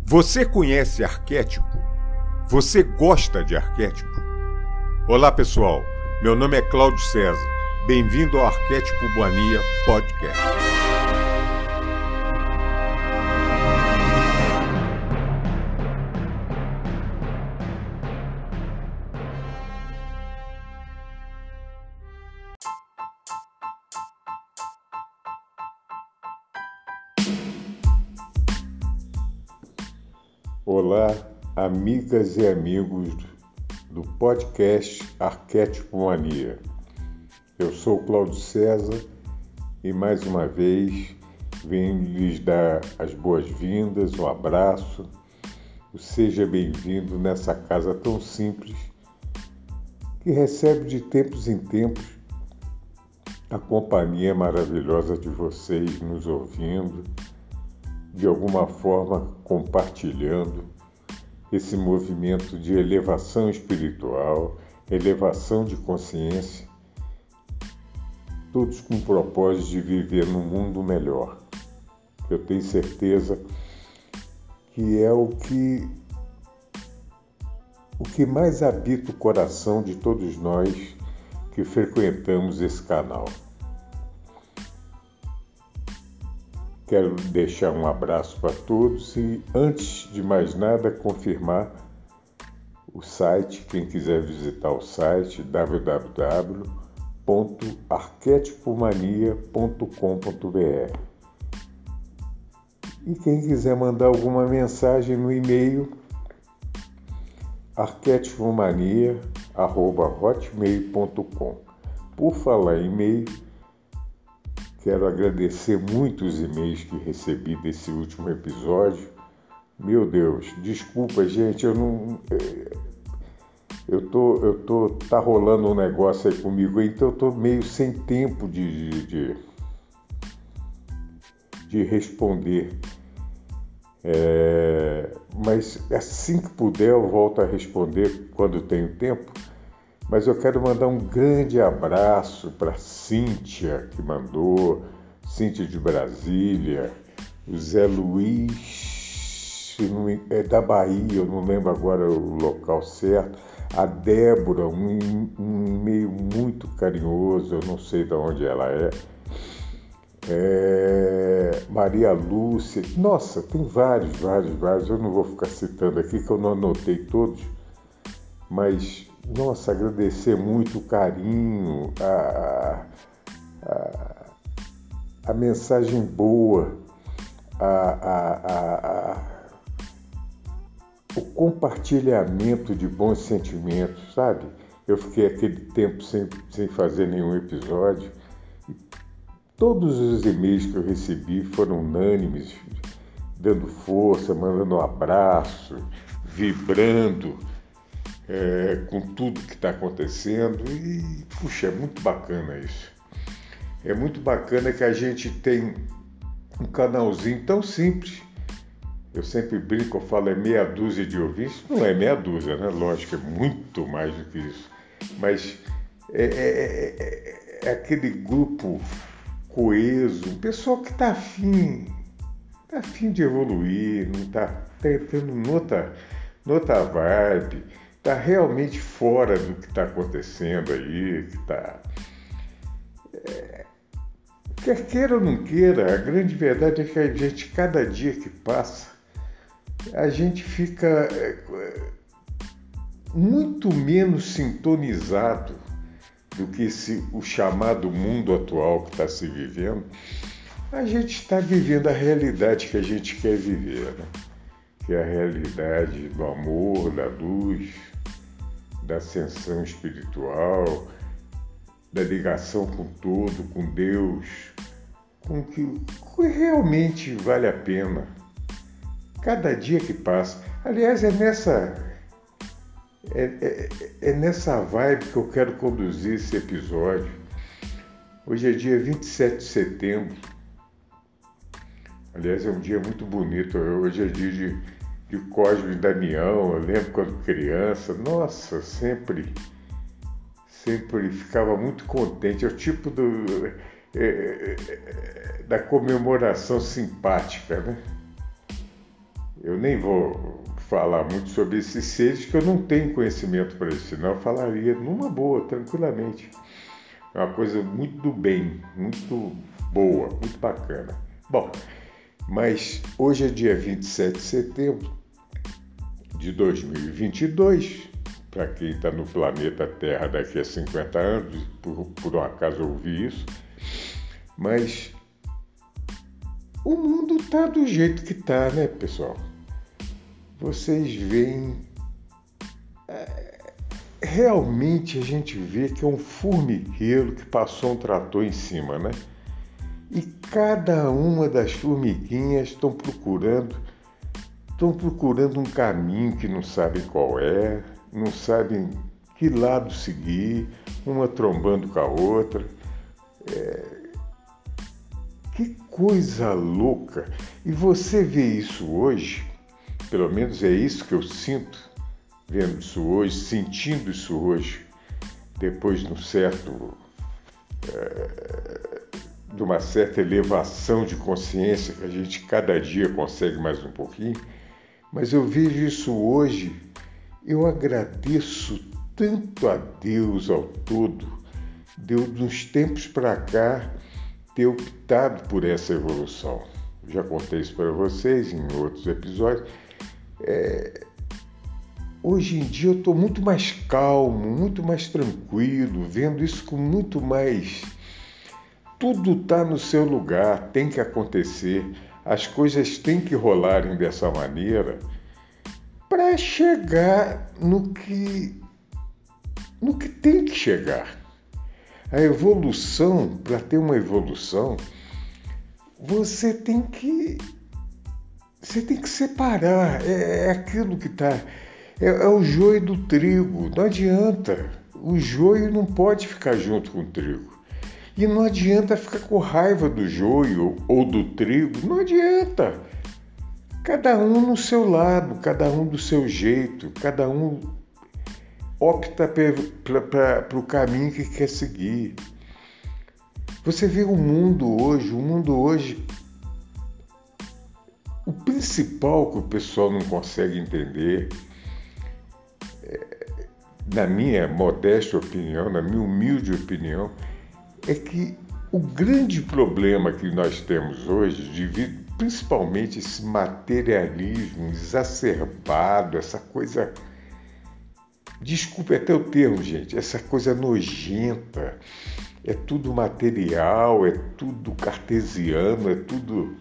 Você conhece arquétipo? Você gosta de arquétipo? Olá, pessoal. Meu nome é Cláudio César. Bem-vindo ao Arquétipo Mania Podcast. Olá, amigas e amigos do podcast Arquétipo Mania. Eu sou Cláudio César e mais uma vez venho lhes dar as boas-vindas, um abraço. Seja bem-vindo nessa casa tão simples que recebe de tempos em tempos a companhia maravilhosa de vocês nos ouvindo, de alguma forma compartilhando esse movimento de elevação espiritual, elevação de consciência, todos com o propósito de viver num mundo melhor. Eu tenho certeza que é o que mais habita o coração de todos nós que frequentamos esse canal. Quero deixar um abraço para todos e, antes de mais nada, confirmar o site. Quem quiser visitar o site, www.arquetipomania.com.br. E quem quiser mandar alguma mensagem no e-mail, arquetipomania@hotmail.com. Por falar em e-mail, quero agradecer muito os e-mails que recebi desse último episódio. Meu Deus, desculpa, gente, tá rolando um negócio aí comigo, então eu tô meio sem tempo de responder. Mas assim que puder eu volto a responder quando tenho tempo. Mas eu quero mandar um grande abraço para Cíntia, que mandou, Cíntia de Brasília, o Zé Luiz, é da Bahia, eu não lembro agora o local certo, a Débora, um e-mail muito carinhoso, eu não sei de onde ela é, Maria Lúcia, nossa, tem vários, eu não vou ficar citando aqui, que eu não anotei todos, mas... Nossa, agradecer muito o carinho, a mensagem boa, o compartilhamento de bons sentimentos, sabe? Eu fiquei aquele tempo sem fazer nenhum episódio. E todos os e-mails que eu recebi foram unânimes, dando força, mandando um abraço, vibrando. Com tudo que está acontecendo e, puxa, é muito bacana isso. É muito bacana que a gente tem um canalzinho tão simples. Eu sempre brinco, eu falo, é meia dúzia de ouvintes. Não é meia dúzia, né? Lógico, é muito mais do que isso. Mas é aquele grupo coeso, um pessoal que está afim de evoluir, não está entrando noutra vibe. Está realmente fora do que está acontecendo aí, quer queira ou não queira, a grande verdade é que a gente, cada dia que passa, a gente fica muito menos sintonizado do que o chamado mundo atual que está se vivendo. A gente está vivendo a realidade que a gente quer viver, né? Que é a realidade do amor, da luz, da ascensão espiritual, da ligação com todo, com Deus, com o que realmente vale a pena. Cada dia que passa. Aliás, é nessa vibe que eu quero conduzir esse episódio. Hoje é dia 27 de setembro. Aliás, é um dia muito bonito. Hoje é dia de Cosme e Damião. Eu lembro quando criança. Nossa, sempre ficava muito contente. É o tipo da comemoração simpática, né? Eu nem vou falar muito sobre esses seres, que eu não tenho conhecimento para isso, senão eu falaria numa boa, tranquilamente. É uma coisa muito do bem, muito boa, muito bacana. Bom, mas hoje é dia 27 de setembro de 2022, para quem está no planeta Terra daqui a 50 anos, por um acaso ouvir isso, mas o mundo está do jeito que está, né, pessoal? Vocês veem, realmente a gente vê que é um formigueiro que passou um trator em cima, né? E cada uma das formiguinhas estão procurando um caminho que não sabem qual é, não sabem que lado seguir, uma trombando com a outra. Que coisa louca! E você vê isso hoje, pelo menos é isso que eu sinto, vendo isso hoje, sentindo isso hoje, depois de de uma certa elevação de consciência que a gente cada dia consegue mais um pouquinho, mas eu vejo isso hoje, eu agradeço tanto a Deus ao todo, Deus nos tempos para cá ter optado por essa evolução. Já contei isso para vocês em outros episódios. Hoje em dia eu estou muito mais calmo, muito mais tranquilo, vendo isso com muito mais... Tudo está no seu lugar, tem que acontecer, as coisas têm que rolarem dessa maneira para chegar no que tem que chegar. A evolução, para ter uma evolução, você tem que separar, é aquilo que está... É o joio do trigo, não adianta. O joio não pode ficar junto com o trigo. E não adianta ficar com raiva do joio ou do trigo, não adianta. Cada um no seu lado, cada um do seu jeito, cada um opta para o caminho que quer seguir. Você vê o mundo hoje, o principal que o pessoal não consegue entender, na minha modesta opinião, na minha humilde opinião, é que o grande problema que nós temos hoje, devido principalmente esse materialismo exacerbado, essa coisa, desculpe até o termo, gente, essa coisa nojenta, é tudo material, é tudo cartesiano, é tudo...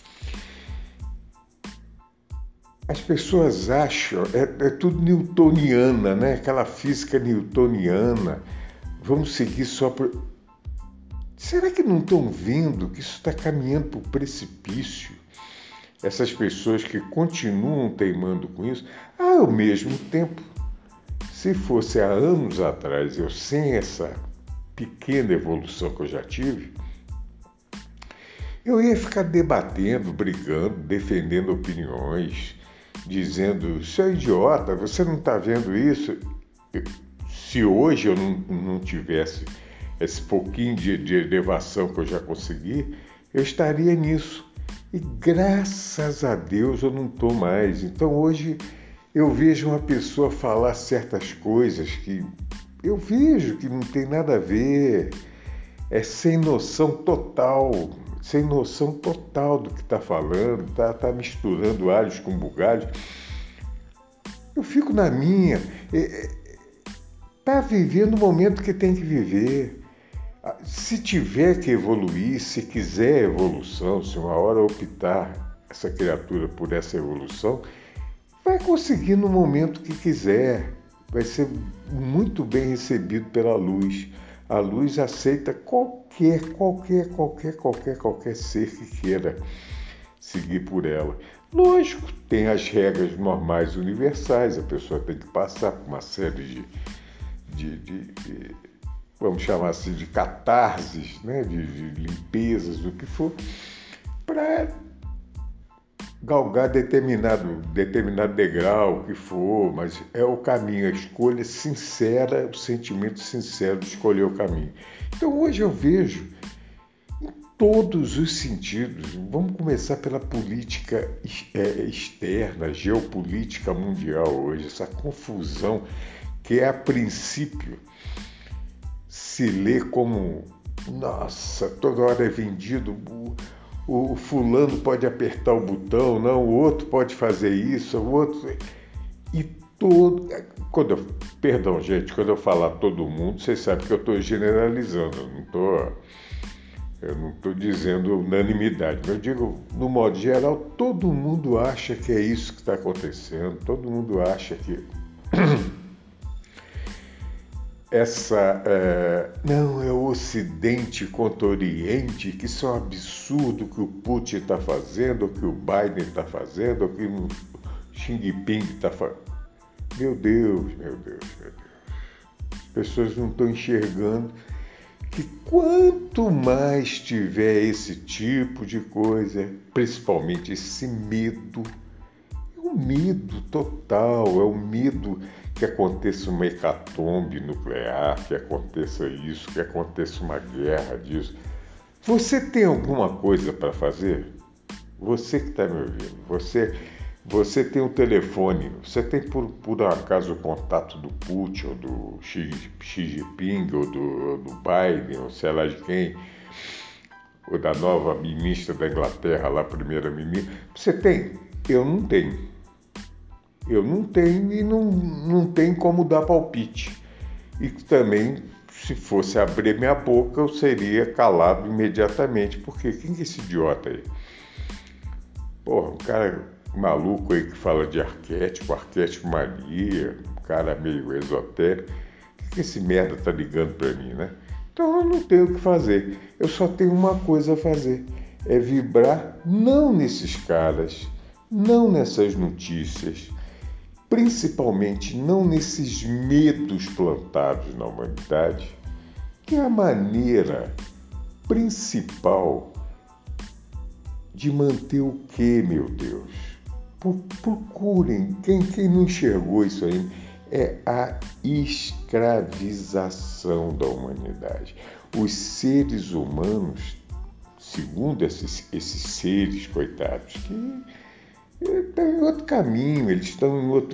As pessoas acham, é tudo newtoniana, né? Aquela física newtoniana, vamos seguir só por... Será que não estão vendo que isso está caminhando para o precipício? Essas pessoas que continuam teimando com isso, ao mesmo tempo, se fosse há anos atrás, eu sem essa pequena evolução que eu já tive, eu ia ficar debatendo, brigando, defendendo opiniões, dizendo, seu idiota, você não está vendo isso? Se hoje eu não tivesse esse pouquinho de elevação que eu já consegui, eu estaria nisso. E graças a Deus eu não estou mais. Então hoje eu vejo uma pessoa falar certas coisas que eu vejo que não tem nada a ver, é sem noção total do que está falando, tá misturando alhos com bugalhos. Eu fico na minha, tá vivendo o momento que tem que viver. Se tiver que evoluir, se quiser evolução, se uma hora optar essa criatura por essa evolução, vai conseguir no momento que quiser, vai ser muito bem recebido pela luz. A luz aceita qualquer ser que queira seguir por ela. Lógico, tem as regras normais universais, a pessoa tem que passar por uma série de vamos chamar assim, de catarses, né? de limpezas, do que for, para galgar determinado degrau, o que for, mas é o caminho, a escolha sincera, o sentimento sincero de escolher o caminho. Então hoje eu vejo em todos os sentidos. Vamos começar pela política externa, geopolítica mundial hoje, essa confusão que a princípio se lê como, nossa, toda hora é vendido, o fulano pode apertar o botão, não, o outro pode fazer isso, o outro... E todo... Perdão, gente, quando eu falar todo mundo, vocês sabem que eu estou generalizando, eu não estou dizendo unanimidade, mas eu digo, no modo geral, todo mundo acha que é isso que está acontecendo, todo mundo acha que não, é o Ocidente contra o Oriente, que isso é um absurdo que o Putin está fazendo, ou que o Biden está fazendo, ou que o Xi Jinping está fazendo. Meu Deus. As pessoas não estão enxergando que quanto mais tiver esse tipo de coisa, principalmente esse medo, é um medo total, é um medo que aconteça uma hecatombe nuclear, que aconteça isso, que aconteça uma guerra disso. Você tem alguma coisa para fazer? Você que está me ouvindo, você tem um telefone, você tem por acaso o contato do Putin, ou do Xi Jinping, ou do Biden, ou sei lá de quem, ou da nova ministra da Inglaterra, lá, primeira-ministra. Você tem? Eu não tenho. Eu não tenho e não tem como dar palpite. E também, se fosse abrir minha boca, eu seria calado imediatamente, porque quem é esse idiota aí? Porra, um cara maluco aí que fala de arquétipo mania, um cara meio esotérico. O que esse merda tá ligando pra mim, né? Então eu não tenho o que fazer. Eu só tenho uma coisa a fazer. É vibrar não nesses caras, não nessas notícias, principalmente não nesses medos plantados na humanidade, que é a maneira principal de manter o quê, meu Deus? Procurem, quem não enxergou isso aí, é a escravização da humanidade. Os seres humanos, segundo esses seres coitados, que estão em outro caminho, eles estão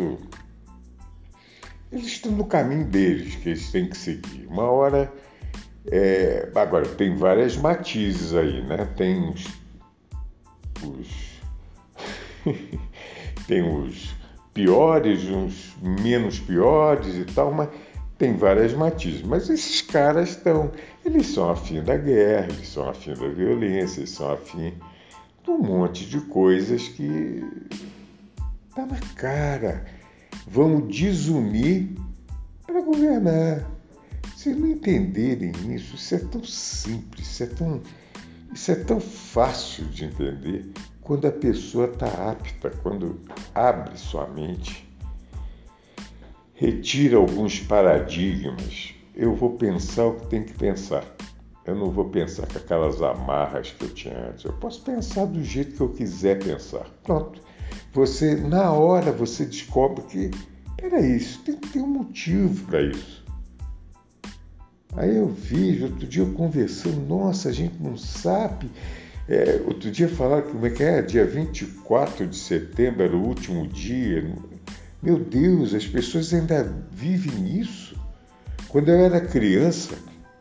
no caminho deles, que eles têm que seguir. Uma hora, agora tem várias matizes aí, né? Tem tem os piores, uns menos piores e tal, mas tem várias matizes. Mas esses caras eles são afim da guerra, eles são afim da violência, eles são afim de um monte de coisas que tá na cara. Vamos desunir para governar. Se não entenderem isso é tão simples, isso é tão fácil de entender quando a pessoa está apta, quando abre sua mente, retira alguns paradigmas. Eu vou pensar o que tem que pensar. Eu não vou pensar com aquelas amarras que eu tinha antes. Eu posso pensar do jeito que eu quiser pensar. Pronto. Na hora, você descobre que, peraí, isso tem que ter um motivo para isso. Aí eu vi, outro dia eu conversando, nossa, a gente não sabe. Outro dia falaram como é que é, dia 24 de setembro era o último dia. Meu Deus, as pessoas ainda vivem nisso. Quando eu era criança,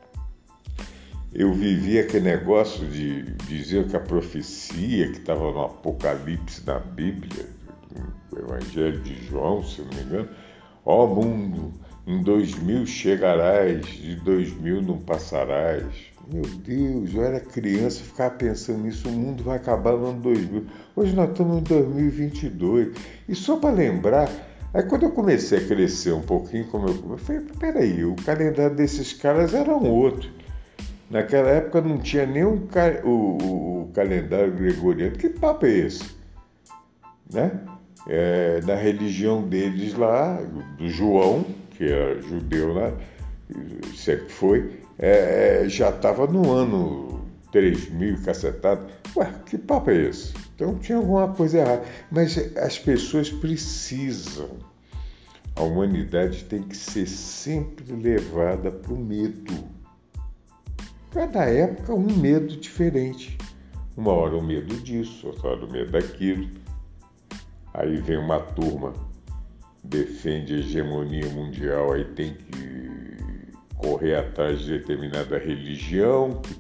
eu vivia aquele negócio de dizer que a profecia que estava no Apocalipse na Bíblia, no Evangelho de João, se não me engano, ó mundo, em 2000 chegarás, de 2000 não passarás. Meu Deus, eu era criança e ficava pensando nisso, o mundo vai acabar no ano 2000. Hoje nós estamos em 2022. E só para lembrar, aí quando eu comecei a crescer um pouquinho, eu falei, peraí, o calendário desses caras era um outro. Naquela época não tinha nem o calendário gregoriano. Que papo é esse? Né? Da religião deles lá, do João, que era judeu lá, sempre foi, já estava no ano 3000 cacetado. Ué, que papo é esse? Então tinha alguma coisa errada. Mas as pessoas precisam. A humanidade tem que ser sempre levada para o medo. Cada época um medo diferente. Uma hora o medo disso, outra hora o medo daquilo. Aí vem uma turma, defende a hegemonia mundial, aí tem que correr atrás de determinada religião, que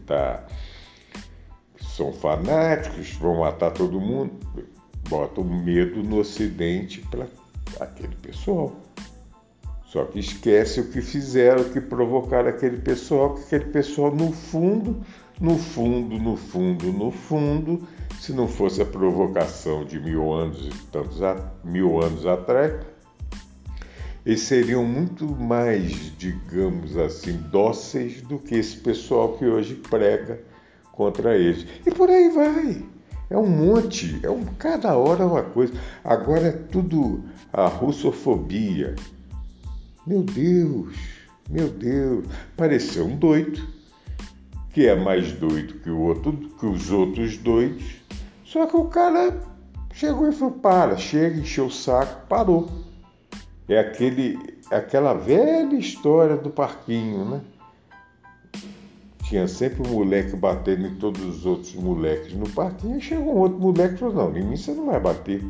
são fanáticos, vão matar todo mundo. Bota o medo no Ocidente para aquele pessoal. Só que esquece o que fizeram, o que provocaram aquele pessoal, que aquele pessoal, no fundo, se não fosse a provocação de 1000 anos atrás, eles seriam muito mais, digamos assim, dóceis do que esse pessoal que hoje prega contra eles. E por aí vai. É um monte, cada hora é uma coisa. Agora é tudo a russofobia. Meu Deus, pareceu um doido, que é mais doido que os outros doidos. Só que o cara chegou e falou, chega, encheu o saco, parou. É aquela velha história do parquinho, né? Tinha sempre um moleque batendo em todos os outros moleques no parquinho, e chegou um outro moleque e falou, não, em mim você não vai bater.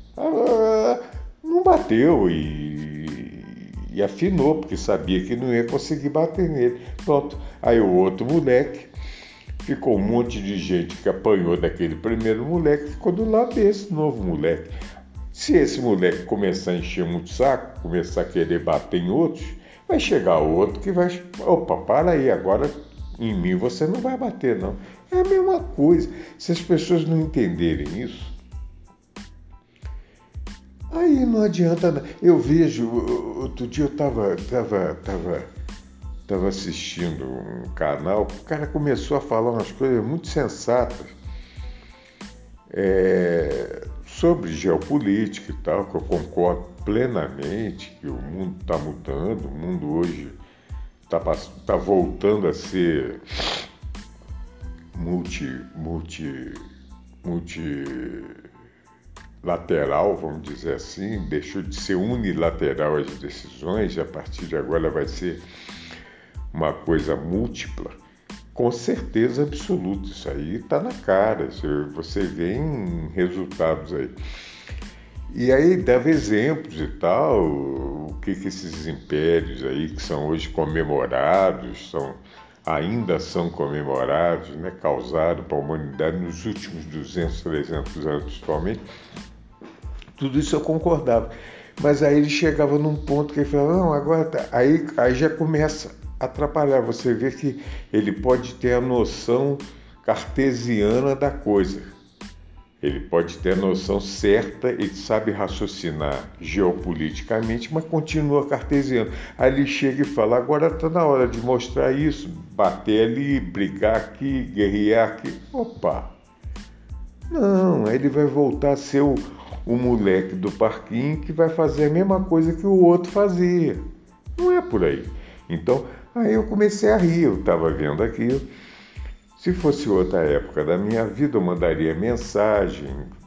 Não bateu e afinou, porque sabia que não ia conseguir bater nele. Pronto. Aí o outro moleque, ficou um monte de gente que apanhou daquele primeiro moleque, ficou do lado desse novo moleque. Se esse moleque começar a encher muito o saco, começar a querer bater em outros, vai chegar outro que vai... Opa, para aí, agora em mim você não vai bater, não. É a mesma coisa. Se as pessoas não entenderem isso, aí não adianta. Eu vejo, outro dia eu estava assistindo um canal, o cara começou a falar umas coisas muito sensatas sobre geopolítica e tal, que eu concordo plenamente, que o mundo está mudando, o mundo hoje está voltando a ser multilateral, vamos dizer assim, deixou de ser unilateral as decisões, a partir de agora vai ser uma coisa múltipla, com certeza absoluta. Isso aí está na cara, você vê em resultados aí. E aí dava exemplos e tal, o que esses impérios aí que são hoje comemorados, ainda são comemorados, né, causaram para a humanidade nos últimos 200, 300 anos principalmente. Tudo isso eu concordava. Mas aí ele chegava num ponto que ele falava, não, agora tá. Aí já começa a atrapalhar. Você vê que ele pode ter a noção cartesiana da coisa. Ele pode ter a noção certa, ele sabe raciocinar geopoliticamente, mas continua cartesiano. Aí ele chega e fala, agora está na hora de mostrar isso, bater ali, brigar aqui, guerrear aqui. Opa! Não, aí ele vai voltar a ser o moleque do parquinho que vai fazer a mesma coisa que o outro fazia. Não é por aí. Então, aí eu comecei a rir, eu estava vendo aquilo. Se fosse outra época da minha vida, eu mandaria mensagem,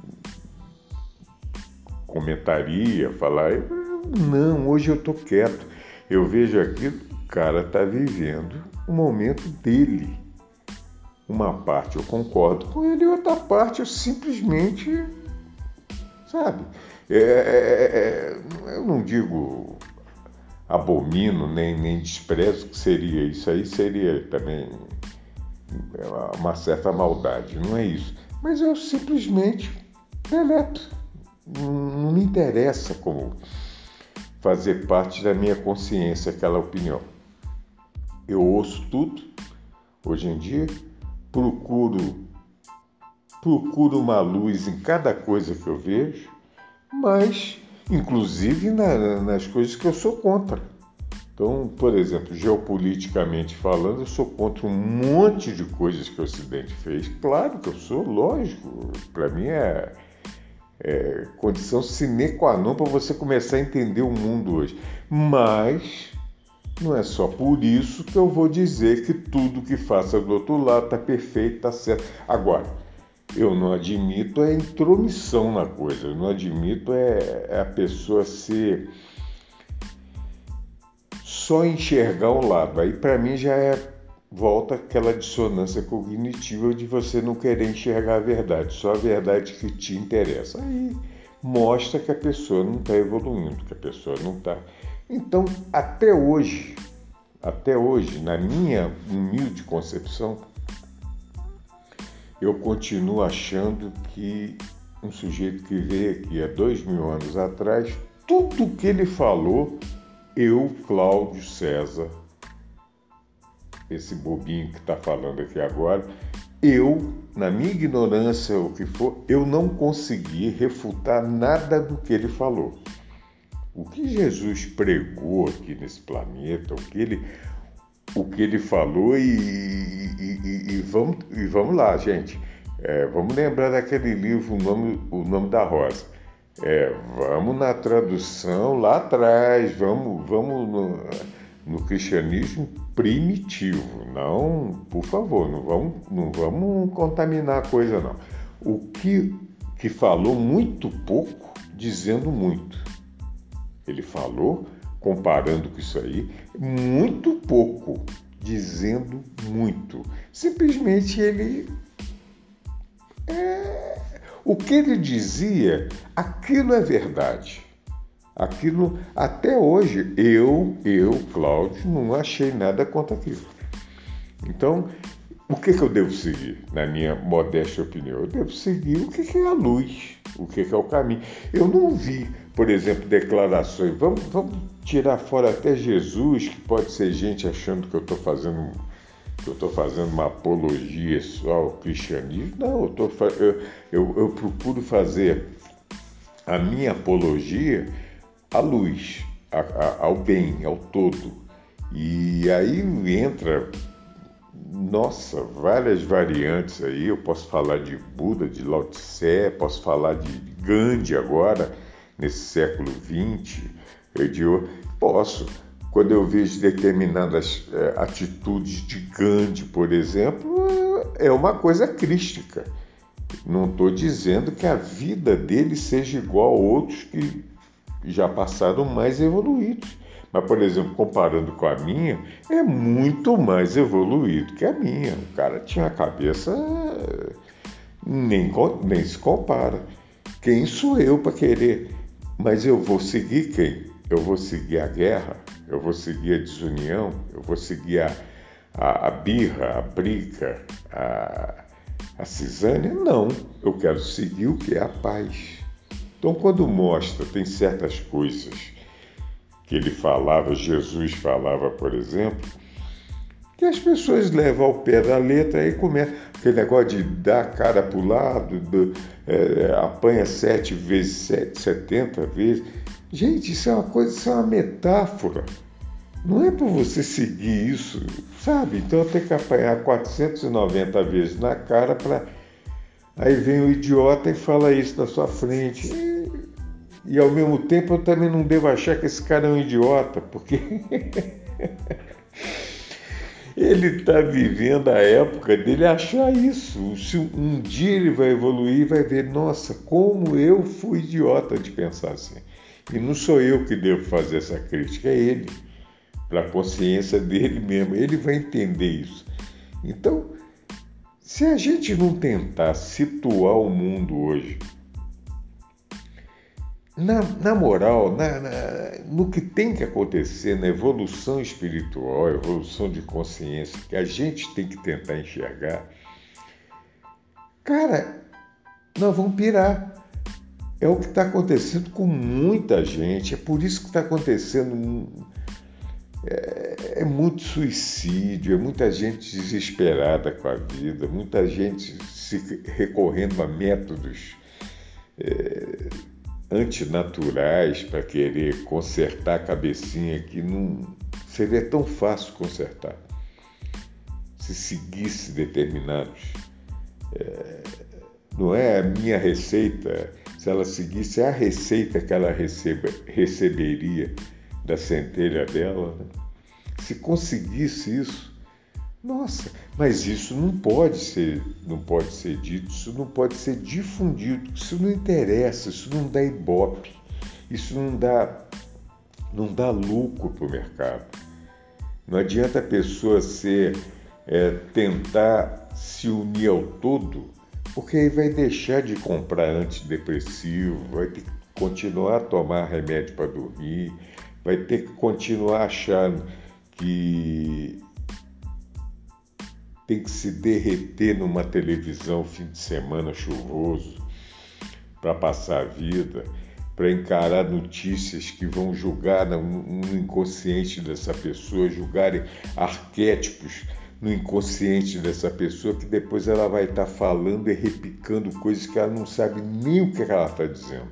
comentaria, falaria. Não, hoje eu estou quieto. Eu vejo aquilo, o cara está vivendo o momento dele. Uma parte eu concordo com ele e outra parte eu simplesmente, sabe? Eu não digo abomino, nem desprezo, que seria isso aí, seria também uma certa maldade, não é isso. Mas eu simplesmente deleto. Não me interessa como fazer parte da minha consciência aquela opinião. Eu ouço tudo, hoje em dia, procuro uma luz em cada coisa que eu vejo, mas inclusive nas coisas que eu sou contra. Então, por exemplo, geopoliticamente falando, eu sou contra um monte de coisas que o Ocidente fez. Claro que eu sou, lógico. Para mim é condição sine qua non para você começar a entender o mundo hoje. Mas não é só por isso que eu vou dizer que tudo que faça do outro lado está perfeito, está certo. Agora, eu não admito a intromissão na coisa. Eu não admito a pessoa ser... só enxergar um lado. Aí para mim já é volta aquela dissonância cognitiva de você não querer enxergar a verdade, só a verdade que te interessa. Aí mostra que a pessoa não está evoluindo, que a pessoa não está. Então, até hoje, na minha humilde concepção, eu continuo achando que um sujeito que veio aqui há 2000 anos atrás, tudo que ele falou, eu, Cláudio César, esse bobinho que está falando aqui agora, eu, na minha ignorância, o que for, eu não consegui refutar nada do que ele falou. O que Jesus pregou aqui nesse planeta, o que ele falou e vamos lá, gente. Vamos lembrar daquele livro, o nome da Rosa. Vamos na tradução lá atrás, vamos no cristianismo primitivo. Não, por favor, não vamos contaminar a coisa, não. O que falou muito pouco, dizendo muito. Ele falou, comparando com isso aí, muito pouco, dizendo muito. Simplesmente o que ele dizia, aquilo é verdade. Aquilo, até hoje, eu, Cláudio, não achei nada contra aquilo. Então, o que eu devo seguir, na minha modesta opinião? Eu devo seguir o que é a luz, o que é o caminho. Eu não vi, por exemplo, declarações. Vamos tirar fora até Jesus, que pode ser gente achando que eu estou fazendo uma apologia só ao cristianismo. Não, eu procuro fazer a minha apologia à luz, ao bem, ao todo. E aí entra, nossa, várias variantes aí. Eu posso falar de Buda, de Lao Tse, posso falar de Gandhi agora, nesse século XX. Posso. Quando eu vejo determinadas atitudes de Gandhi, por exemplo, é uma coisa crística. Não estou dizendo que a vida dele seja igual a outros que já passaram mais evoluídos. Mas, por exemplo, comparando com a minha, é muito mais evoluído que a minha. O cara tinha a cabeça, nem se compara. Quem sou eu para querer? Mas eu vou seguir quem? Eu vou seguir a guerra? Eu vou seguir a desunião? Eu vou seguir a birra, a briga, a cisânia? Não. Eu quero seguir o que é a paz. Então, quando mostra, tem certas coisas que ele falava, Jesus falava, por exemplo, que as pessoas levam ao pé da letra e começa aquele negócio de dar a cara para o lado, apanha 7 vezes 7, 70 vezes. Gente, isso é uma coisa, isso é uma metáfora. Não é para você seguir isso, sabe? Então eu tenho que apanhar 490 vezes na cara para... Aí vem o idiota e fala isso na sua frente. E ao mesmo tempo eu também não devo achar que esse cara é um idiota, porque ele está vivendo a época dele achar isso. Se um dia ele vai evoluir e vai ver, nossa, como eu fui idiota de pensar assim. E não sou eu que devo fazer essa crítica, é ele, para a consciência dele mesmo. Ele vai entender isso. Então, se a gente não tentar situar o mundo hoje, na moral, no que tem que acontecer, na evolução espiritual, evolução de consciência, que a gente tem que tentar enxergar, cara, nós vamos pirar. É o que está acontecendo com muita gente, é por isso que está acontecendo. É muito suicídio, é muita gente desesperada com a vida, muita gente recorrendo a métodos antinaturais para querer consertar a cabecinha que não seria tão fácil consertar. Se seguisse determinados... não é a minha receita, se ela seguisse a receita que ela receberia da centelha dela, né? Se conseguisse isso, nossa, mas isso não pode ser dito, isso não pode ser difundido, isso não interessa, isso não dá ibope, isso não dá lucro para o mercado. Não adianta a pessoa ser tentar se unir ao todo, porque aí vai deixar de comprar antidepressivo, vai ter que continuar a tomar remédio para dormir, vai ter que continuar achando que tem que se derreter numa televisão fim de semana chuvoso para passar a vida, para encarar notícias que vão julgar no inconsciente dessa pessoa, julgarem arquétipos no inconsciente dessa pessoa, que depois ela vai estar falando e repicando coisas que ela não sabe nem o que ela está dizendo.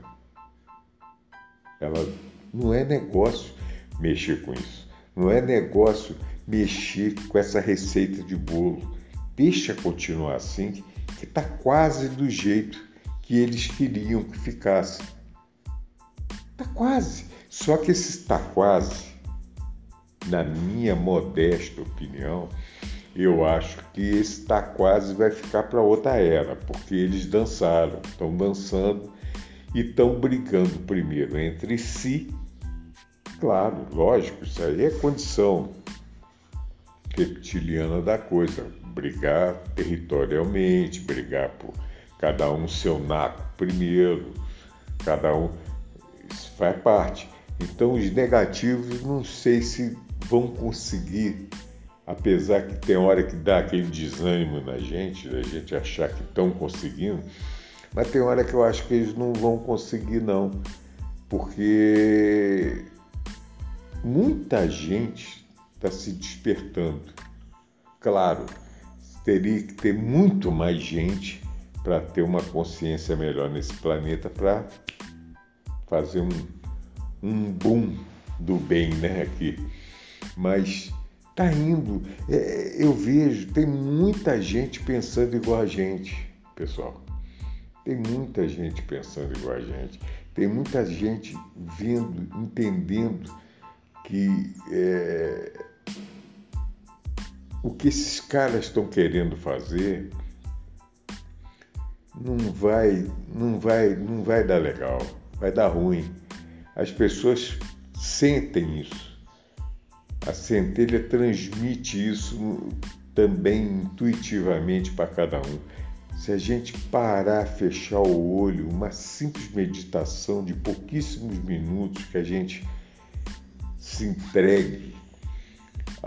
Ela não é negócio mexer com isso, não é negócio mexer com essa receita de bolo. Deixa continuar assim, que está quase do jeito que eles queriam que ficasse. Está quase. Só que esse está quase, na minha modesta opinião, eu acho que esse está quase vai ficar para outra era, porque eles dançaram, estão dançando e estão brigando primeiro entre si. Claro, lógico, isso aí é condição reptiliana da coisa, brigar territorialmente, brigar por cada um seu naco primeiro, cada um, isso faz parte. Então os negativos não sei se vão conseguir, apesar que tem hora que dá aquele desânimo na gente, da gente achar que estão conseguindo, mas tem hora que eu acho que eles não vão conseguir não, porque muita gente está se despertando. Claro, teria que ter muito mais gente para ter uma consciência melhor nesse planeta, para fazer um boom do bem, né, aqui. Mas tá indo, eu vejo, tem muita gente pensando igual a gente, pessoal. Tem muita gente pensando igual a gente. Tem muita gente vendo, entendendo que o que esses caras estão querendo fazer não vai dar legal, vai dar ruim. As pessoas sentem isso. A centelha transmite isso também intuitivamente para cada um. Se a gente parar, fechar o olho, uma simples meditação de pouquíssimos minutos, que a gente se entregue a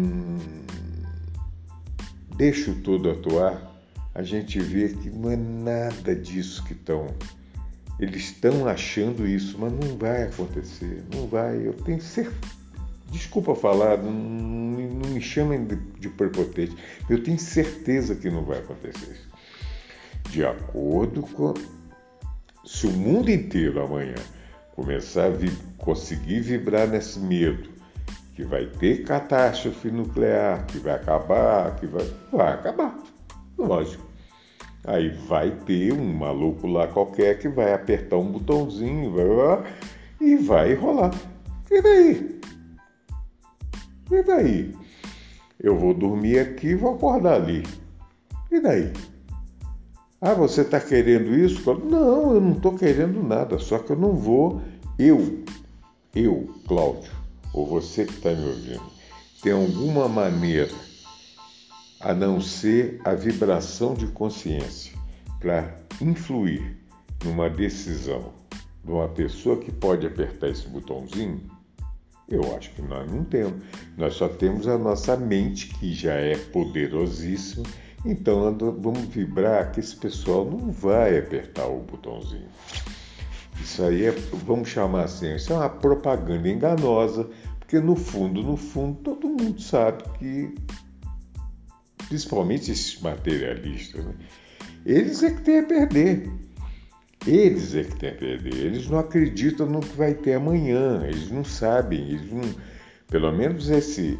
deixa o todo atuar, a gente vê que não é nada disso que eles estão achando isso, mas não vai acontecer, não vai, eu tenho certeza. Desculpa falar, não me chamem de prepotente, eu tenho certeza que não vai acontecer isso. De acordo com... Se o mundo inteiro amanhã começar a conseguir vibrar nesse medo, que vai ter catástrofe nuclear, que vai acabar, vai acabar, lógico. Aí vai ter um maluco lá qualquer que vai apertar um botãozinho e vai rolar. E daí? E daí? Eu vou dormir aqui e vou acordar ali. E daí? Ah, você está querendo isso? Não, eu não estou querendo nada, só que eu não vou, eu, Cláudio, ou você que está me ouvindo, tem alguma maneira, a não ser a vibração de consciência, para influir numa decisão de uma pessoa que pode apertar esse botãozinho? Eu acho que nós não temos. Nós só temos a nossa mente, que já é poderosíssima. Então vamos vibrar que esse pessoal não vai apertar o botãozinho. Isso aí vamos chamar assim, isso é uma propaganda enganosa, porque no fundo, todo mundo sabe que, principalmente esses materialistas, né, eles é que têm a perder. Eles é que têm a perder. Eles não acreditam no que vai ter amanhã. Eles não sabem. Eles não, pelo menos esse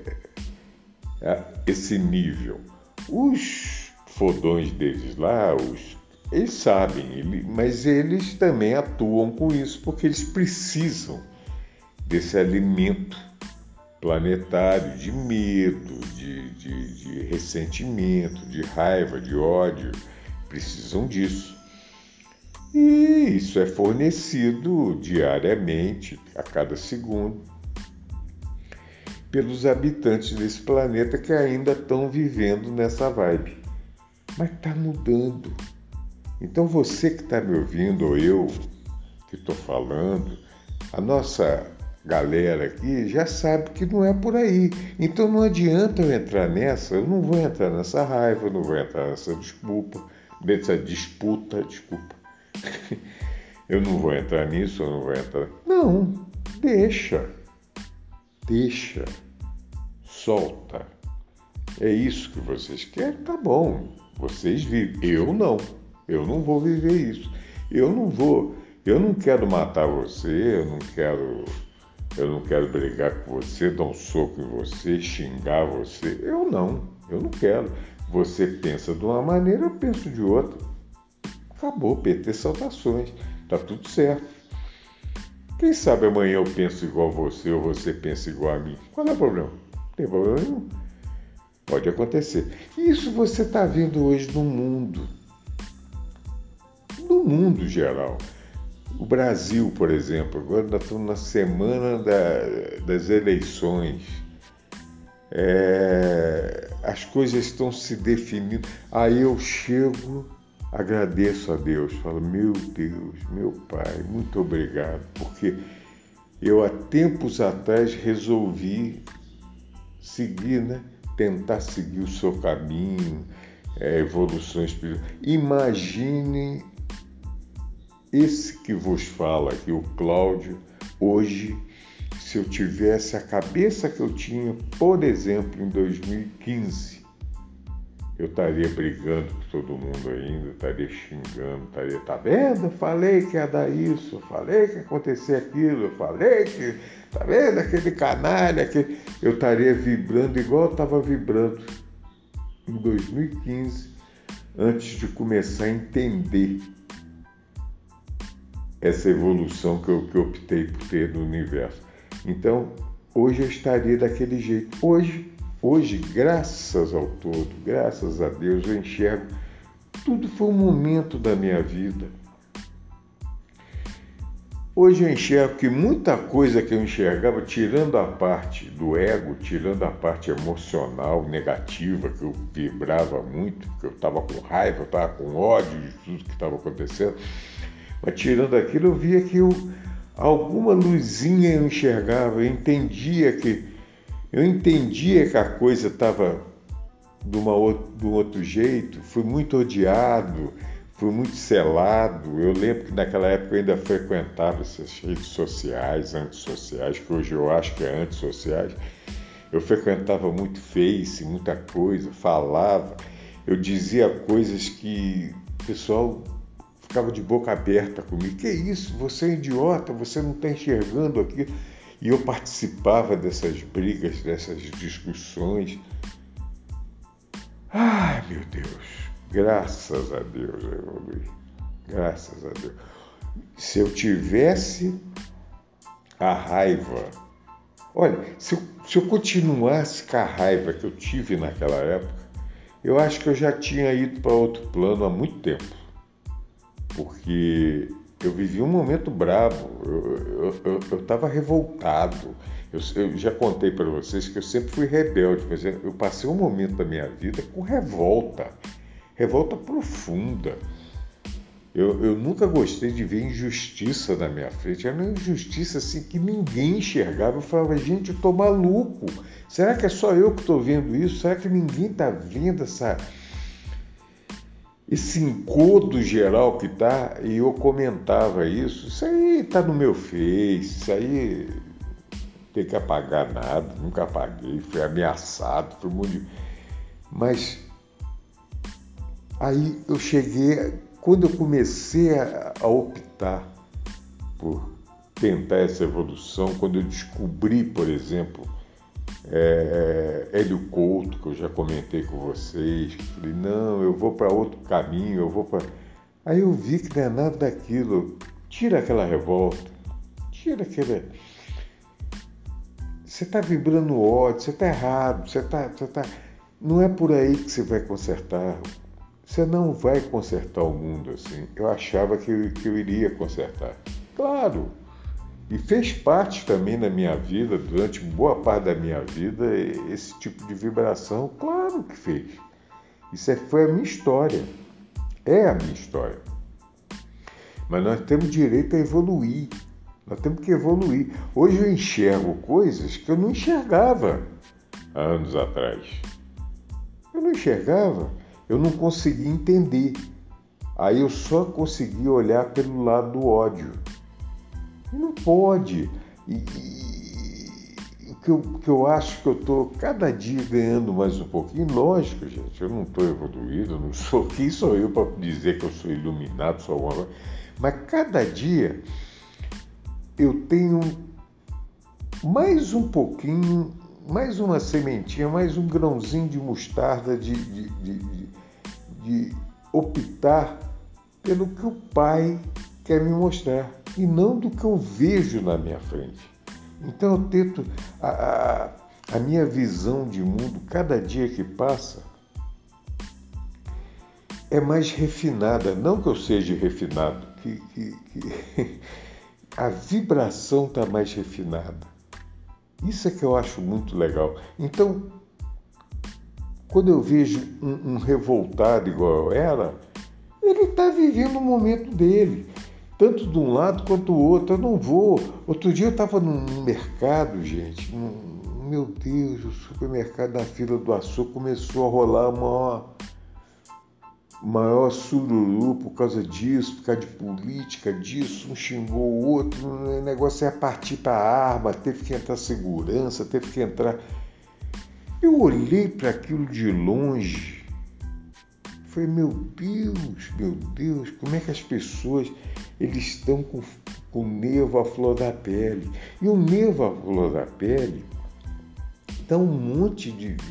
nível. Os fodões deles lá, eles sabem, mas eles também atuam com isso porque eles precisam desse alimento planetário de medo, de ressentimento, de raiva, de ódio. Precisam disso. E isso é fornecido diariamente, a cada segundo. pelos habitantes desse planeta que ainda estão vivendo nessa vibe. Mas está mudando. Então você que está me ouvindo, ou eu que estou falando, a nossa galera aqui já sabe que não é por aí. Então não adianta eu entrar nessa, eu não vou entrar nessa raiva, eu não vou entrar nessa disputa. Eu não vou entrar nisso, eu não vou entrar. Não, deixa, solta. É isso que vocês querem? Tá bom, vocês vivem. Eu não vou viver isso. Eu não quero matar você, eu não quero brigar com você, dar um soco em você, xingar você. Eu não quero. Você pensa de uma maneira, eu penso de outra. Acabou, PT saudações. Tá tudo certo. Quem sabe amanhã eu penso igual a você ou você pensa igual a mim. Qual é o problema? Não tem problema nenhum. Pode acontecer. Isso você está vendo hoje no mundo. No mundo geral. O Brasil, por exemplo, agora nós estamos na semana das eleições. As coisas estão se definindo. Aí eu chego, agradeço a Deus, falo, meu Deus, meu Pai, muito obrigado, porque eu há tempos atrás resolvi seguir, tentar seguir o seu caminho, evolução espiritual. Imagine esse que vos fala aqui, o Cláudio, hoje, se eu tivesse a cabeça que eu tinha, por exemplo, em 2015, eu estaria brigando com todo mundo ainda, estaria xingando, tá vendo? Eu falei que ia dar isso, eu falei que ia acontecer aquilo, eu falei que, tá vendo aquele canalha, eu estaria vibrando igual eu estava vibrando em 2015, antes de começar a entender essa evolução que eu optei por ter no universo. Então, hoje eu estaria daquele jeito. Hoje, graças ao todo, graças a Deus, eu enxergo, tudo foi um momento da minha vida. Hoje eu enxergo que muita coisa que eu enxergava, tirando a parte do ego, tirando a parte emocional, negativa, que eu vibrava muito, que eu estava com raiva, eu estava com ódio de tudo que estava acontecendo, mas tirando aquilo eu via que alguma luzinha eu enxergava, eu entendia que a coisa estava de um outro jeito, fui muito odiado, fui muito selado. Eu lembro que naquela época eu ainda frequentava essas redes sociais, antissociais, que hoje eu acho que é antissociais. Eu frequentava muito Face, muita coisa, falava, eu dizia coisas que o pessoal ficava de boca aberta comigo. Que isso? Você é idiota, você não está enxergando aqui. E eu participava dessas brigas, dessas discussões. Ai, meu Deus, graças a Deus eu evoluí. Graças a Deus. Se eu tivesse a raiva... Olha, se eu continuasse com a raiva que eu tive naquela época, eu acho que eu já tinha ido para outro plano há muito tempo. Porque eu vivi um momento bravo, eu estava revoltado. Eu já contei para vocês que eu sempre fui rebelde, mas eu passei um momento da minha vida com revolta profunda. Eu nunca gostei de ver injustiça na minha frente. Era uma injustiça assim que ninguém enxergava. Eu falava, gente, eu estou maluco. Será que é só eu que estou vendo isso? Será que ninguém está vendo esse encodo geral que tá? E eu comentava isso. Isso aí está no meu Face, isso aí não tem que apagar nada. Nunca apaguei, fui ameaçado, foi muito... Mas aí eu cheguei... Quando eu comecei a optar por tentar essa evolução, quando eu descobri, por exemplo, Hélio Couto, que eu já comentei com vocês, que falei, não, eu vou para outro caminho, eu vou para... Aí eu vi que não é nada daquilo. Tira aquela revolta, tira aquele... Você está vibrando ódio, você está errado, você tá... Não é por aí que você vai consertar. Você não vai consertar o mundo assim. Eu achava que eu iria consertar. Claro, E fez parte também da minha vida, durante boa parte da minha vida, esse tipo de vibração. Claro que fez. Foi a minha história. É a minha história. Mas nós temos direito a evoluir. Nós temos que evoluir. Hoje eu enxergo coisas que eu não enxergava há anos atrás. Eu não enxergava. Eu não conseguia entender. Aí eu só consegui olhar pelo lado do ódio. E não pode. O que eu acho que eu estou cada dia ganhando mais um pouquinho, lógico, gente, eu não estou evoluído, não sou, quem sou eu para dizer que eu sou iluminado, sou alguma coisa, mas cada dia eu tenho mais um pouquinho, mais uma sementinha, mais um grãozinho de mostarda de optar pelo que o Pai quer me mostrar e não do que eu vejo na minha frente. Então eu tento, a minha visão de mundo, cada dia que passa, é mais refinada. Não que eu seja refinado, que a vibração está mais refinada. Isso é que eu acho muito legal. Então, quando eu vejo um revoltado igual eu era, ele está vivendo o momento dele. Tanto de um lado quanto do outro. Eu não vou. Outro dia eu estava num mercado, gente. Meu Deus, o supermercado na fila do açúcar começou a rolar maior sururu por causa disso, por causa de política, disso. Um xingou o outro. O negócio é partir para a arma, teve que entrar segurança, teve que entrar. Eu olhei para aquilo de longe. Falei, meu Deus, como é que as pessoas eles estão com o nervo à flor da pele. E o nervo à flor da pele dá um monte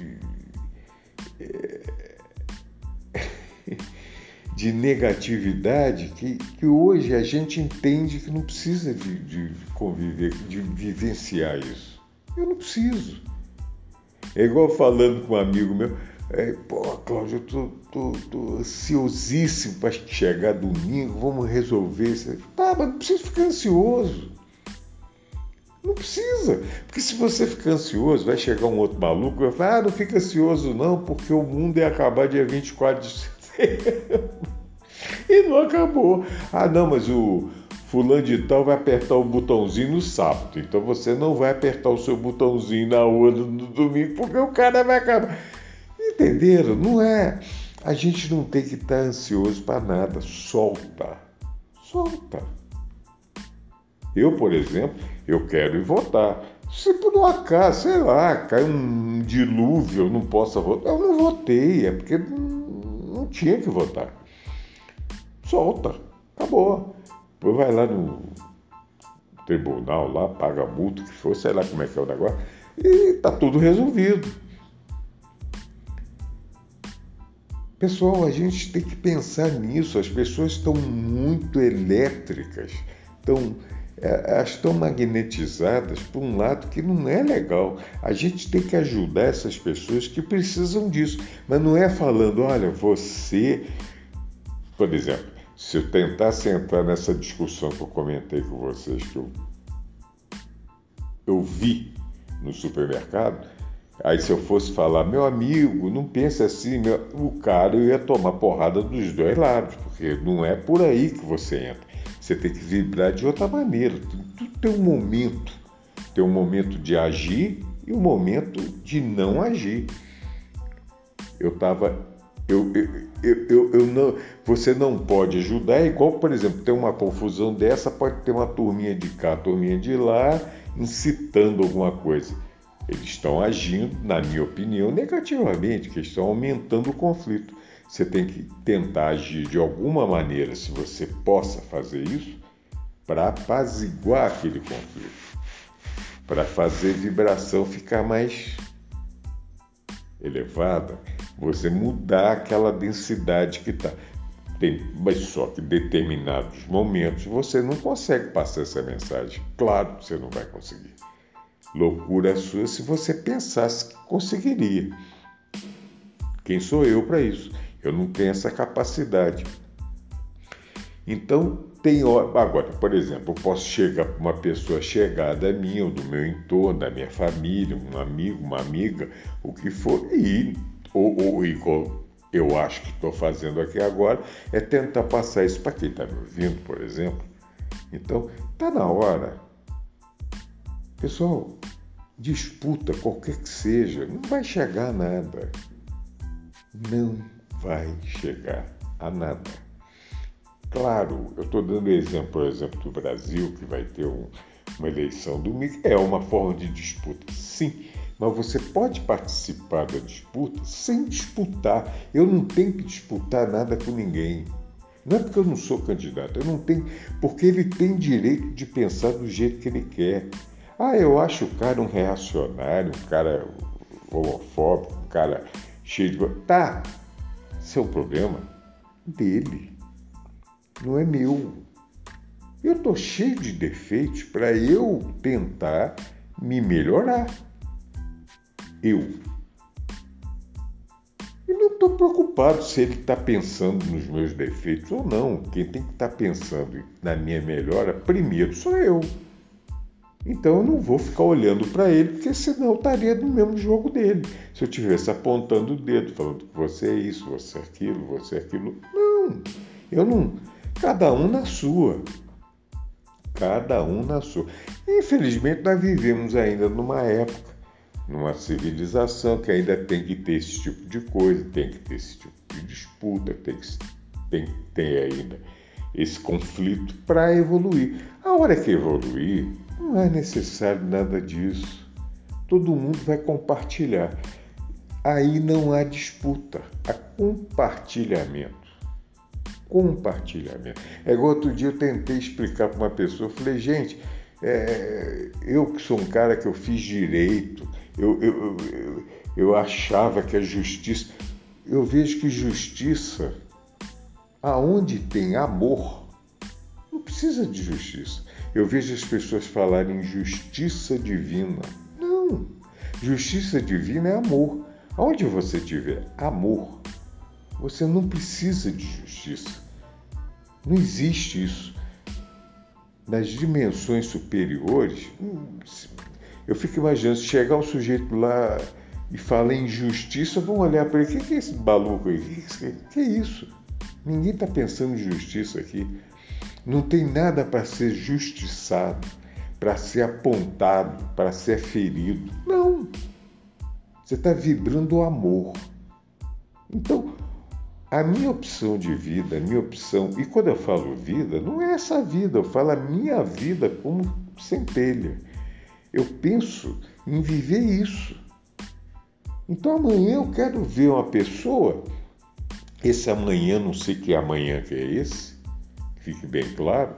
de negatividade que hoje a gente entende que não precisa de conviver, de vivenciar isso. Eu não preciso. É igual falando com um amigo meu, Cláudio, eu tô ansiosíssimo para chegar domingo, vamos resolver isso. Tá, mas não precisa ficar ansioso. Não precisa. Porque se você ficar ansioso, vai chegar um outro maluco e vai falar, não fica ansioso não, porque o mundo ia acabar dia 24 de setembro. E não acabou. Ah, não, mas o fulano de tal vai apertar o botãozinho no sábado. Então você não vai apertar o seu botãozinho na hora do domingo, porque o cara vai acabar. Entenderam? Não é. A gente não tem que estar ansioso para nada. Solta. Eu, por exemplo, eu quero ir votar. Se por um acaso, sei lá, cai um dilúvio, eu não possa votar, eu não votei. É porque não tinha que votar. Solta. Acabou. Depois vai lá no tribunal, lá, paga a multa, que for, sei lá como é que é o negócio, e tá tudo resolvido. Pessoal, a gente tem que pensar nisso. As pessoas estão muito elétricas, elas estão magnetizadas por um lado que não é legal. A gente tem que ajudar essas pessoas que precisam disso. Mas não é falando, olha, você... Por exemplo, se eu tentasse entrar nessa discussão que eu comentei com vocês, que eu vi no supermercado... Aí se eu fosse falar, meu amigo, não pense assim, o cara eu ia tomar porrada dos dois lados, porque não é por aí que você entra. Você tem que vibrar de outra maneira. Tudo tem um momento. Tem um momento de agir e um momento de não agir. Você não pode ajudar, é igual, por exemplo, tem uma confusão dessa, pode ter uma turminha de cá, turminha de lá, incitando alguma coisa. Eles estão agindo, na minha opinião, negativamente, que estão aumentando o conflito. Você tem que tentar agir de alguma maneira, se você possa fazer isso, para apaziguar aquele conflito, para fazer a vibração ficar mais elevada, você mudar aquela densidade que está. Mas só que em determinados momentos você não consegue passar essa mensagem. Claro que você não vai conseguir. Loucura sua se você pensasse que conseguiria. Quem sou eu para isso? Eu não tenho essa capacidade. Então, tem hora. Agora, por exemplo, eu posso chegar para uma pessoa chegada a mim, ou do meu entorno, da minha família, um amigo, uma amiga, o que for, ou igual eu acho que estou fazendo aqui agora, é tentar passar isso para quem está me ouvindo, por exemplo. Então, está na hora. Pessoal, disputa, qualquer que seja, não vai chegar a nada. Não vai chegar a nada. Claro, eu estou dando exemplo, por exemplo, do Brasil, que vai ter uma eleição domingo, é uma forma de disputa, sim, mas você pode participar da disputa sem disputar. Eu não tenho que disputar nada com ninguém. Não é porque eu não sou candidato, eu não tenho, porque ele tem direito de pensar do jeito que ele quer. Eu acho o cara um reacionário, um cara homofóbico, um cara cheio de... Tá, esse é o problema dele, não é meu. Eu estou cheio de defeitos para eu tentar me melhorar. E não estou preocupado se ele está pensando nos meus defeitos ou não. Quem tem que estar pensando na minha melhora primeiro sou eu. Então eu não vou ficar olhando para ele, porque senão eu estaria no mesmo jogo dele. Se eu estivesse apontando o dedo, falando que você é isso, você é aquilo, você é aquilo. Não, eu não. Cada um na sua. Cada um na sua. Infelizmente nós vivemos ainda numa época, numa civilização que ainda tem que ter esse tipo de coisa, tem que ter esse tipo de disputa, tem que ter ainda esse conflito para evoluir. A hora que evoluir, não é necessário nada disso. Todo mundo vai compartilhar. Aí não há disputa, há compartilhamento. Compartilhamento. É igual outro dia eu tentei explicar para uma pessoa, eu falei, gente, eu que sou um cara que eu fiz direito, eu achava que a justiça... Eu vejo que justiça, aonde tem amor, não precisa de justiça. Eu vejo as pessoas falarem justiça divina. Não, justiça divina é amor. Aonde você tiver amor, você não precisa de justiça. Não existe isso. Nas dimensões superiores, eu fico imaginando, se chegar um sujeito lá e falar em justiça, vão olhar para ele, o que é esse maluco aí? O que é isso? Ninguém está pensando em justiça aqui. Não tem nada para ser justiçado, para ser apontado, para ser ferido. Não. Você está vibrando o amor. Então, a minha opção de vida, a minha opção... E quando eu falo vida, não é essa vida. Eu falo a minha vida como centelha. Eu penso em viver isso. Então, amanhã eu quero ver uma pessoa... Esse amanhã, não sei que amanhã que é esse... Fique bem claro,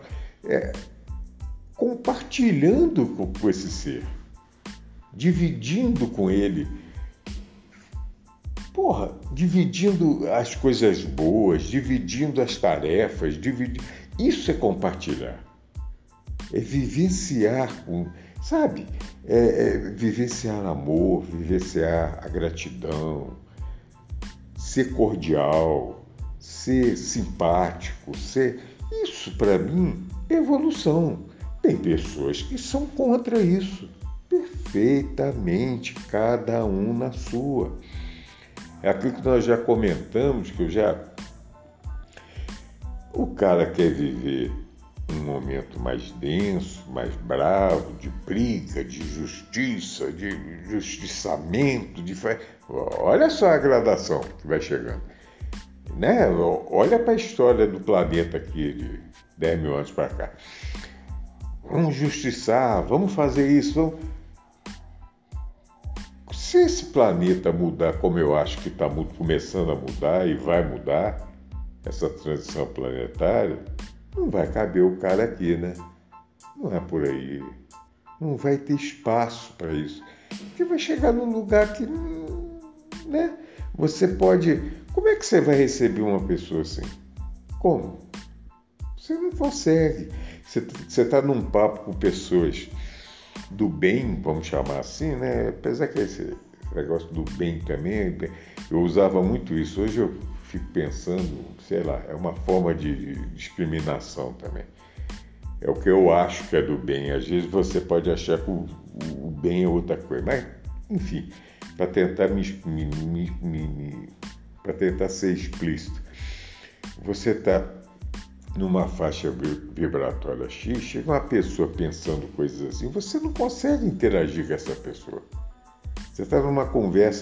compartilhando com esse ser, dividindo com ele, dividindo as coisas boas, dividindo as tarefas, isso é compartilhar, é vivenciar, vivenciar amor, vivenciar a gratidão, ser cordial, ser simpático, Isso, para mim, é evolução. Tem pessoas que são contra isso. Perfeitamente, cada um na sua. É aquilo que nós já comentamos, O cara quer viver um momento mais denso, mais bravo, de briga, de justiça, de justiçamento, Olha só a gradação que vai chegando. Né? Olha para a história do planeta aqui de 10 mil anos para cá. Vamos justiçar, vamos fazer isso. Se esse planeta mudar como eu acho que está começando a mudar e vai mudar, essa transição planetária, não vai caber o cara aqui, né? Não é por aí. Não vai ter espaço para isso. Porque vai chegar num lugar que, né? Você pode... Como é que você vai receber uma pessoa assim? Como? Você não consegue. Você está num papo com pessoas do bem, vamos chamar assim, né? Apesar que esse negócio do bem também, eu usava muito isso. Hoje eu fico pensando, sei lá, é uma forma de discriminação também. É o que eu acho que é do bem. Às vezes você pode achar que o bem é outra coisa. Mas, enfim, para tentar para tentar ser explícito. Você está numa faixa vibratória X, chega uma pessoa pensando coisas assim, você não consegue interagir com essa pessoa. Você está numa conversa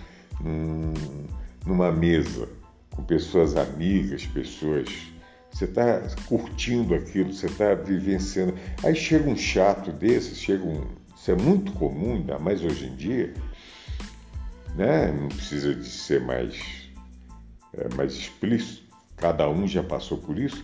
numa mesa com pessoas amigas, você está curtindo aquilo, você está vivenciando. Aí chega um chato desse, isso é muito comum, ainda mais hoje em dia, né? Não precisa de ser mais explícito, cada um já passou por isso.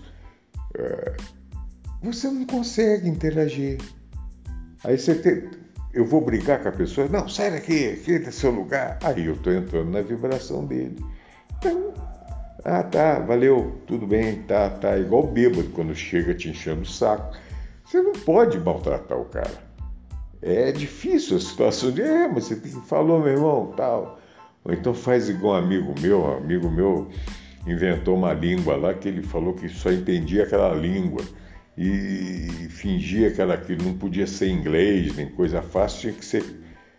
Você não consegue interagir. Aí eu vou brigar com a pessoa, não, sai daqui, aqui é seu lugar. Aí eu estou entrando na vibração dele. Então, tá, valeu, tudo bem, tá. Igual bêbado quando chega te enchendo o saco. Você não pode maltratar o cara. É difícil a situação de, mas você falou, meu irmão, tal. Ou então faz igual um amigo meu inventou uma língua lá que ele falou que só entendia aquela língua e fingia que não podia ser inglês, nem coisa fácil, tinha que ser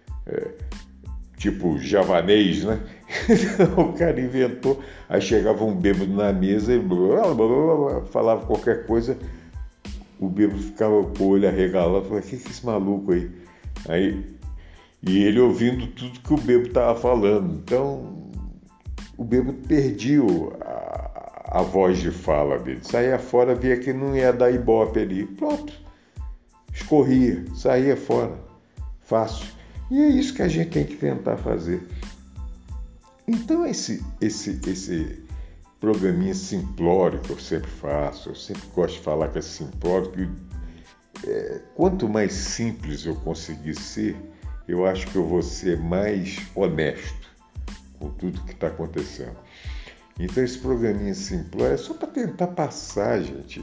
tipo javanês, né? O cara inventou, aí chegava um bêbado na mesa e falava qualquer coisa, o bêbado ficava com o olho arregalado, falava, que é esse maluco aí? E ele ouvindo tudo que o bêbado estava falando. Então, o bêbado perdia a voz de fala dele. Saía fora, via que não ia dar ibope ali. Pronto. Escorria, saía fora. Fácil. E é isso que a gente tem que tentar fazer. Então, esse programinha simplório que eu sempre faço, eu sempre gosto de falar que é simplório, que quanto mais simples eu conseguir ser, eu acho que eu vou ser mais honesto com tudo que está acontecendo. Então esse programinha simplório é só para tentar passar, gente,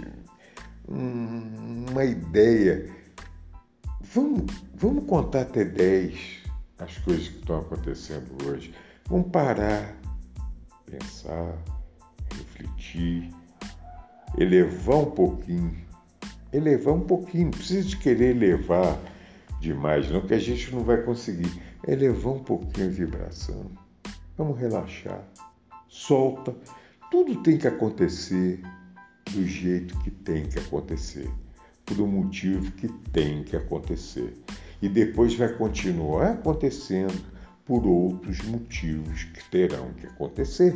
uma ideia. Vamos contar até 10 as coisas que estão acontecendo hoje. Vamos parar, pensar, refletir, elevar um pouquinho. Não precisa de querer elevar demais, não, que a gente não vai conseguir. Elevar um pouquinho a vibração. Vamos relaxar. Solta. Tudo tem que acontecer do jeito que tem que acontecer. Por um motivo que tem que acontecer. E depois vai continuar acontecendo por outros motivos que terão que acontecer.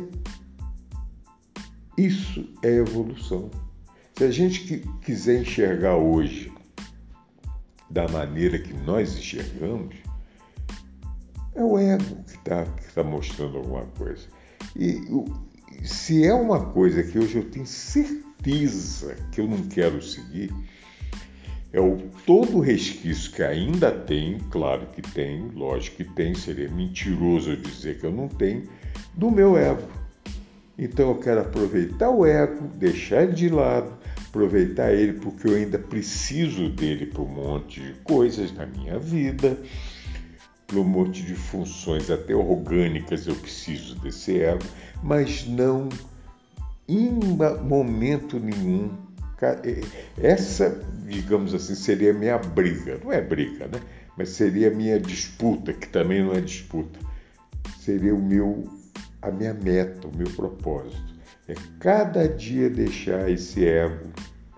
Isso é evolução. Se a gente quiser enxergar hoje da maneira que nós enxergamos, é o ego que tá mostrando alguma coisa. E se é uma coisa que hoje eu tenho certeza que eu não quero seguir, é todo o resquício que ainda tem, claro que tem, lógico que tem, seria mentiroso eu dizer que eu não tenho, do meu ego. Então eu quero aproveitar o ego, deixar ele de lado, aproveitar ele porque eu ainda preciso dele para um monte de coisas na minha vida, para um monte de funções até orgânicas eu preciso desse ego, mas não em momento nenhum. Essa, digamos assim, seria a minha briga. Não é briga, né? Mas seria a minha disputa, que também não é disputa. Seria a minha meta, o meu propósito. É cada dia deixar esse ego,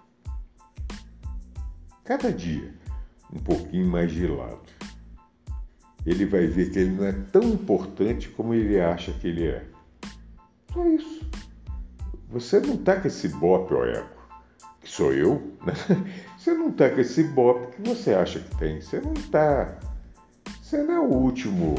cada dia, um pouquinho mais de lado. Ele vai ver que ele não é tão importante como ele acha que ele é. Só isso. Você não está com esse bope, ó ego, que sou eu, né? Você não está com esse bope que você acha que tem. Você não está. Você não é o último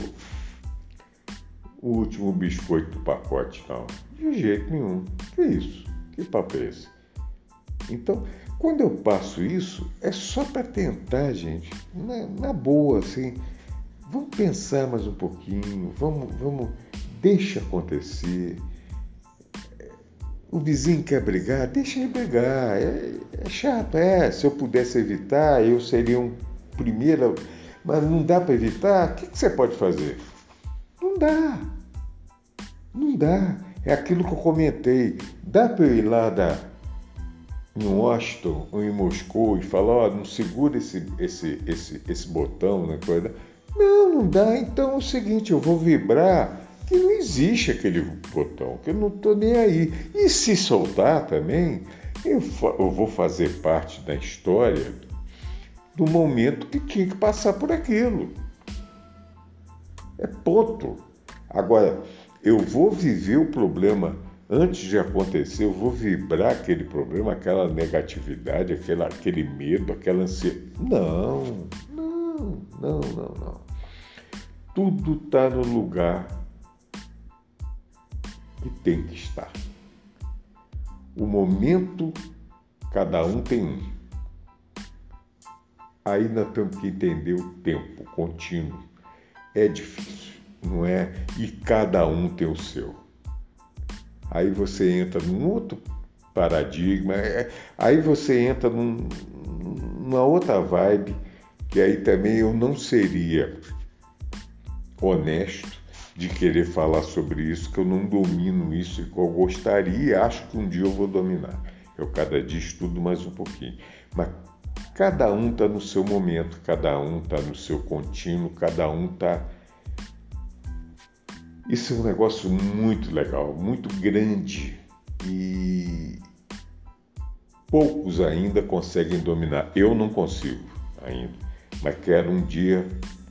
biscoito do pacote, não. De jeito nenhum. Que isso? Que papo é esse? Então, quando eu passo isso, é só para tentar, gente, na boa, assim, vamos pensar mais um pouquinho, vamos, deixa acontecer. O vizinho quer brigar, deixa ele brigar. É chato, se eu pudesse evitar, eu seria um primeiro, mas não dá para evitar, o que você pode fazer? Não dá. É aquilo que eu comentei. Dá para eu ir lá em Washington ou em Moscou e falar, ó, não segura esse botão, né? Não dá. Então é o seguinte, eu vou vibrar que não existe aquele botão, que eu não estou nem aí. E se soltar também, eu vou fazer parte da história do momento que tinha que passar por aquilo. É ponto. Agora, eu vou viver o problema antes de acontecer, eu vou vibrar aquele problema, aquela negatividade, aquele medo, aquela ansiedade. Não. Tudo está no lugar que tem que estar. O momento, cada um tem um. Aí nós temos que entender o tempo contínuo. É difícil, não é? E cada um tem o seu. Aí você entra num outro paradigma, aí você entra numa outra vibe, que aí também eu não seria honesto de querer falar sobre isso, que eu não domino isso, que eu gostaria e acho que um dia eu vou dominar. Eu cada dia estudo mais um pouquinho. Mas cada um está no seu momento, cada um está no seu contínuo, cada um está... Isso é um negócio muito legal, muito grande e poucos ainda conseguem dominar. Eu não consigo ainda, mas quero um dia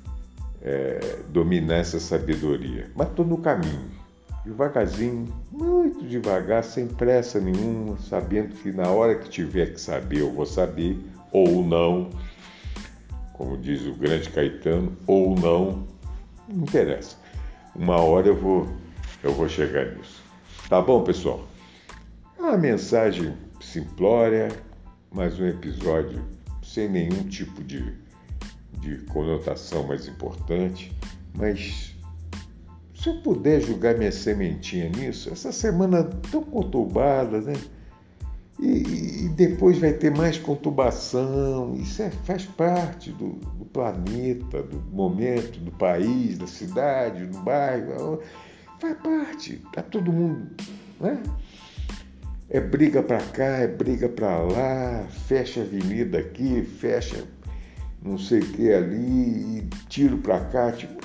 dominar essa sabedoria. Mas estou no caminho, devagarzinho, muito devagar, sem pressa nenhuma, sabendo que na hora que tiver que saber eu vou saber, ou não, como diz o grande Caetano, ou não interessa. Uma hora eu vou chegar nisso. Tá bom, pessoal? É uma mensagem simplória, mais um episódio sem nenhum tipo de conotação mais importante, mas se eu puder jogar minha sementinha nisso, essa semana tão conturbada, né? E depois vai ter mais conturbação, isso faz parte do planeta, do momento, do país, da cidade, do bairro, faz parte, tá todo mundo, né? É briga para cá, é briga para lá, fecha a avenida aqui, fecha não sei o que ali, e tiro para cá, tipo,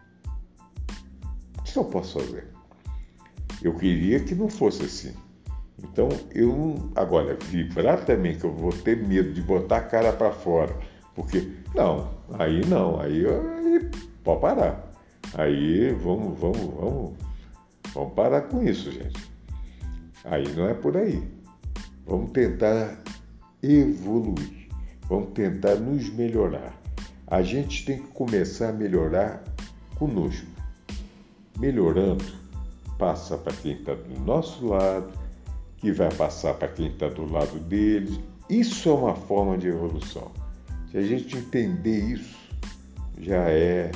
o que eu posso fazer? Eu queria que não fosse assim. Então, agora, vibrar também, que eu vou ter medo de botar a cara para fora, porque, aí pode parar. Aí, vamos parar com isso, gente. Aí não é por aí. Vamos tentar evoluir, vamos tentar nos melhorar. A gente tem que começar a melhorar conosco. Melhorando, passa para quem está do nosso lado, que vai passar para quem está do lado deles. Isso é uma forma de evolução. Se a gente entender isso, já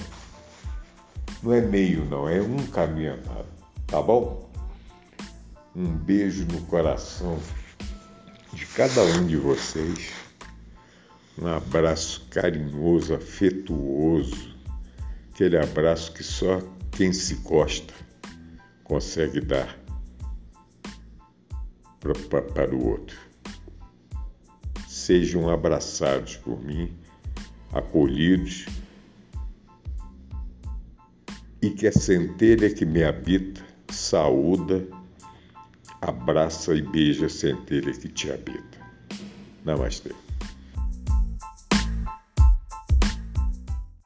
não é meio, não, é um caminho andado. Tá bom? Um beijo no coração de cada um de vocês. Um abraço carinhoso, afetuoso. Aquele abraço que só quem se gosta consegue dar para o outro. Sejam abraçados por mim, acolhidos, e que a centelha que me habita saúda, abraça e beija a centelha que te habita. Namastê.